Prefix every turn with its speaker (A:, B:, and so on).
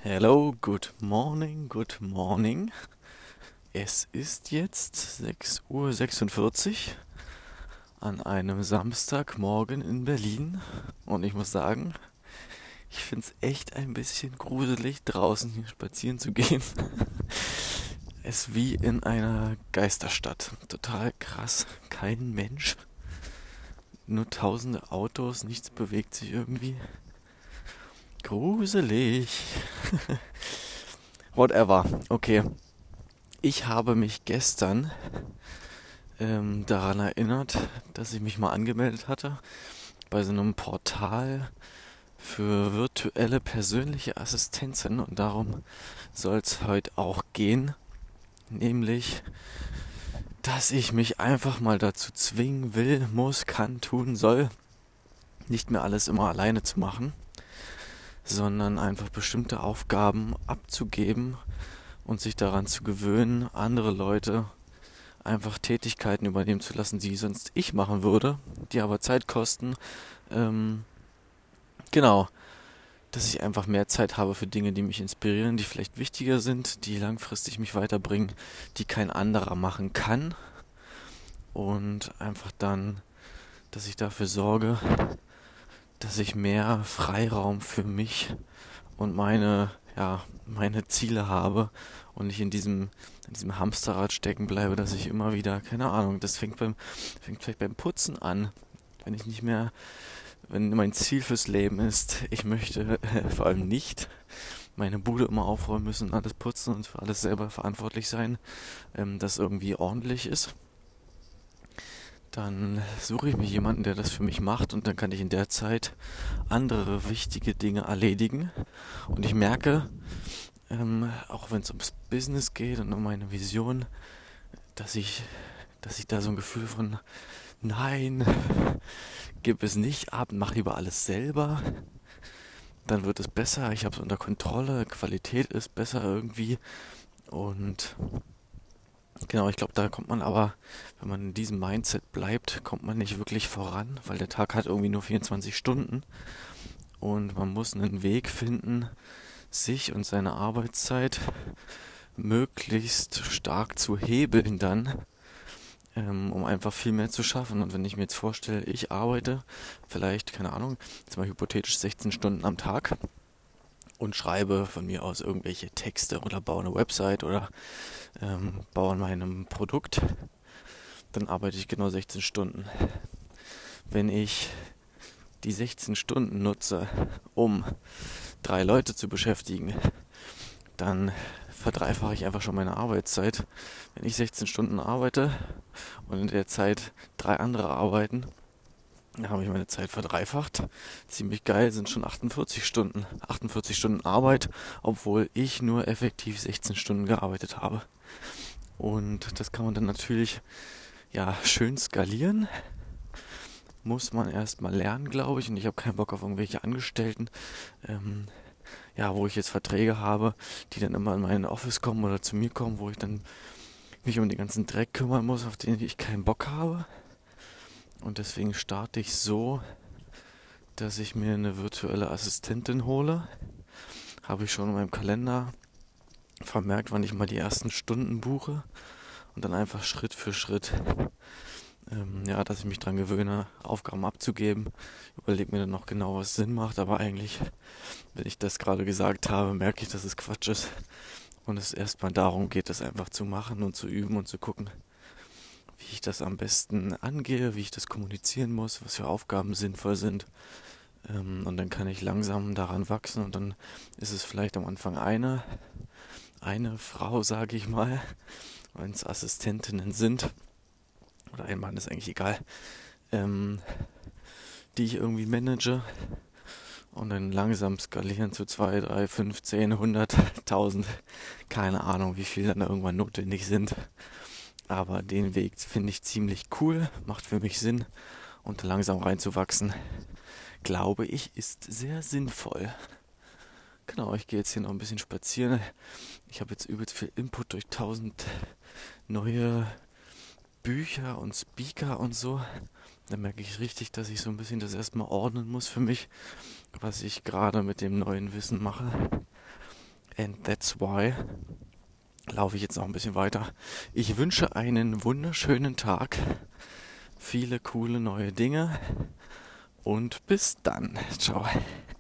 A: Hello, good morning, good morning. Es ist jetzt 6:46 Uhr an einem Samstagmorgen in Berlin und ich muss sagen, ich finde es echt ein bisschen gruselig, draußen hier spazieren zu gehen. Es ist wie in einer Geisterstadt. Total krass, kein Mensch, nur tausende Autos, nichts bewegt sich irgendwie. Gruselig. Whatever. Okay, ich habe mich gestern daran erinnert, dass ich mich mal angemeldet hatte bei so einem Portal für virtuelle persönliche Assistenzen und darum soll es heute auch gehen, nämlich, dass ich mich einfach mal dazu zwingen will, muss, kann, tun, soll, nicht mehr alles immer alleine zu machen, sondern einfach bestimmte Aufgaben abzugeben und sich daran zu gewöhnen, andere Leute einfach Tätigkeiten übernehmen zu lassen, die sonst ich machen würde, die aber Zeit kosten. Ähm, genau, dass ich einfach mehr Zeit habe für Dinge, die mich inspirieren, die vielleicht wichtiger sind, die langfristig mich weiterbringen, die kein anderer machen kann. Und einfach dann, dass ich dafür sorge, dass ich mehr Freiraum für mich und meine Ziele habe und nicht in diesem Hamsterrad stecken bleibe, dass ich immer wieder, keine Ahnung, das fängt vielleicht beim Putzen an, wenn ich nicht mehr, wenn mein Ziel fürs Leben ist, ich möchte vor allem nicht meine Bude immer aufräumen müssen, alles putzen und für alles selber verantwortlich sein, das irgendwie ordentlich ist. Dann suche ich mir jemanden, der das für mich macht und dann kann ich in der Zeit andere wichtige Dinge erledigen. Und ich merke, auch wenn es ums Business geht und um meine Vision, dass ich, dass ich da so ein Gefühl von Nein, gib es nicht ab, mach lieber alles selber. Dann wird es besser, ich habe es unter Kontrolle, Qualität ist besser irgendwie. Und genau, ich glaube, da kommt man aber, wenn man in diesem Mindset bleibt, kommt man nicht wirklich voran, weil der Tag hat irgendwie nur 24 Stunden und man muss einen Weg finden, sich und seine Arbeitszeit möglichst stark zu hebeln dann, um einfach viel mehr zu schaffen. Und wenn ich mir jetzt vorstelle, ich arbeite vielleicht, keine Ahnung, jetzt mal hypothetisch 16 Stunden am Tag und schreibe von mir aus irgendwelche Texte oder baue eine Website oder baue an meinem Produkt, dann arbeite ich genau 16 Stunden. Wenn ich die 16 Stunden nutze, um 3 Leute zu beschäftigen, dann verdreifache ich einfach schon meine Arbeitszeit. Wenn ich 16 Stunden arbeite und in der Zeit 3 andere arbeiten, dann habe ich meine Zeit verdreifacht. Ziemlich geil, sind schon 48 Stunden. 48 Stunden Arbeit, obwohl ich nur effektiv 16 Stunden gearbeitet habe. Und das kann man dann natürlich schön skalieren. Muss man erstmal lernen, glaube ich. Und ich habe keinen Bock auf irgendwelche Angestellten, wo ich jetzt Verträge habe, die dann immer in mein Office kommen oder zu mir kommen, wo ich dann mich um den ganzen Dreck kümmern muss, auf den ich keinen Bock habe. Und deswegen starte ich so, dass ich mir eine virtuelle Assistentin hole. Habe ich schon in meinem Kalender vermerkt, wann ich mal die ersten Stunden buche und dann einfach Schritt für Schritt, dass ich mich dran gewöhne, Aufgaben abzugeben. Überlege mir dann noch genau, was Sinn macht, aber eigentlich, wenn ich das gerade gesagt habe, merke ich, dass es Quatsch ist und es erstmal darum geht, das einfach zu machen und zu üben und zu gucken, wie ich das am besten angehe, wie ich das kommunizieren muss, was für Aufgaben sinnvoll sind. Und dann kann ich langsam daran wachsen und dann ist es vielleicht am Anfang eine Frau, sage ich mal, wenn es Assistentinnen sind, oder ein Mann, ist eigentlich egal, die ich irgendwie manage und dann langsam skalieren zu 2, 3, 5, 10, 100, 1000, keine Ahnung, wie viel dann da irgendwann notwendig sind. Aber den Weg finde ich ziemlich cool, macht für mich Sinn und langsam reinzuwachsen, glaube ich, ist sehr sinnvoll. Genau, ich gehe jetzt hier noch ein bisschen spazieren. Ich habe jetzt übelst viel Input durch 1000 neue Bücher und Speaker und so. Da merke ich richtig, dass ich so ein bisschen das erstmal ordnen muss für mich, was ich gerade mit dem neuen Wissen mache. And that's why laufe ich jetzt noch ein bisschen weiter. Ich wünsche einen wunderschönen Tag, viele coole neue Dinge und bis dann. Ciao.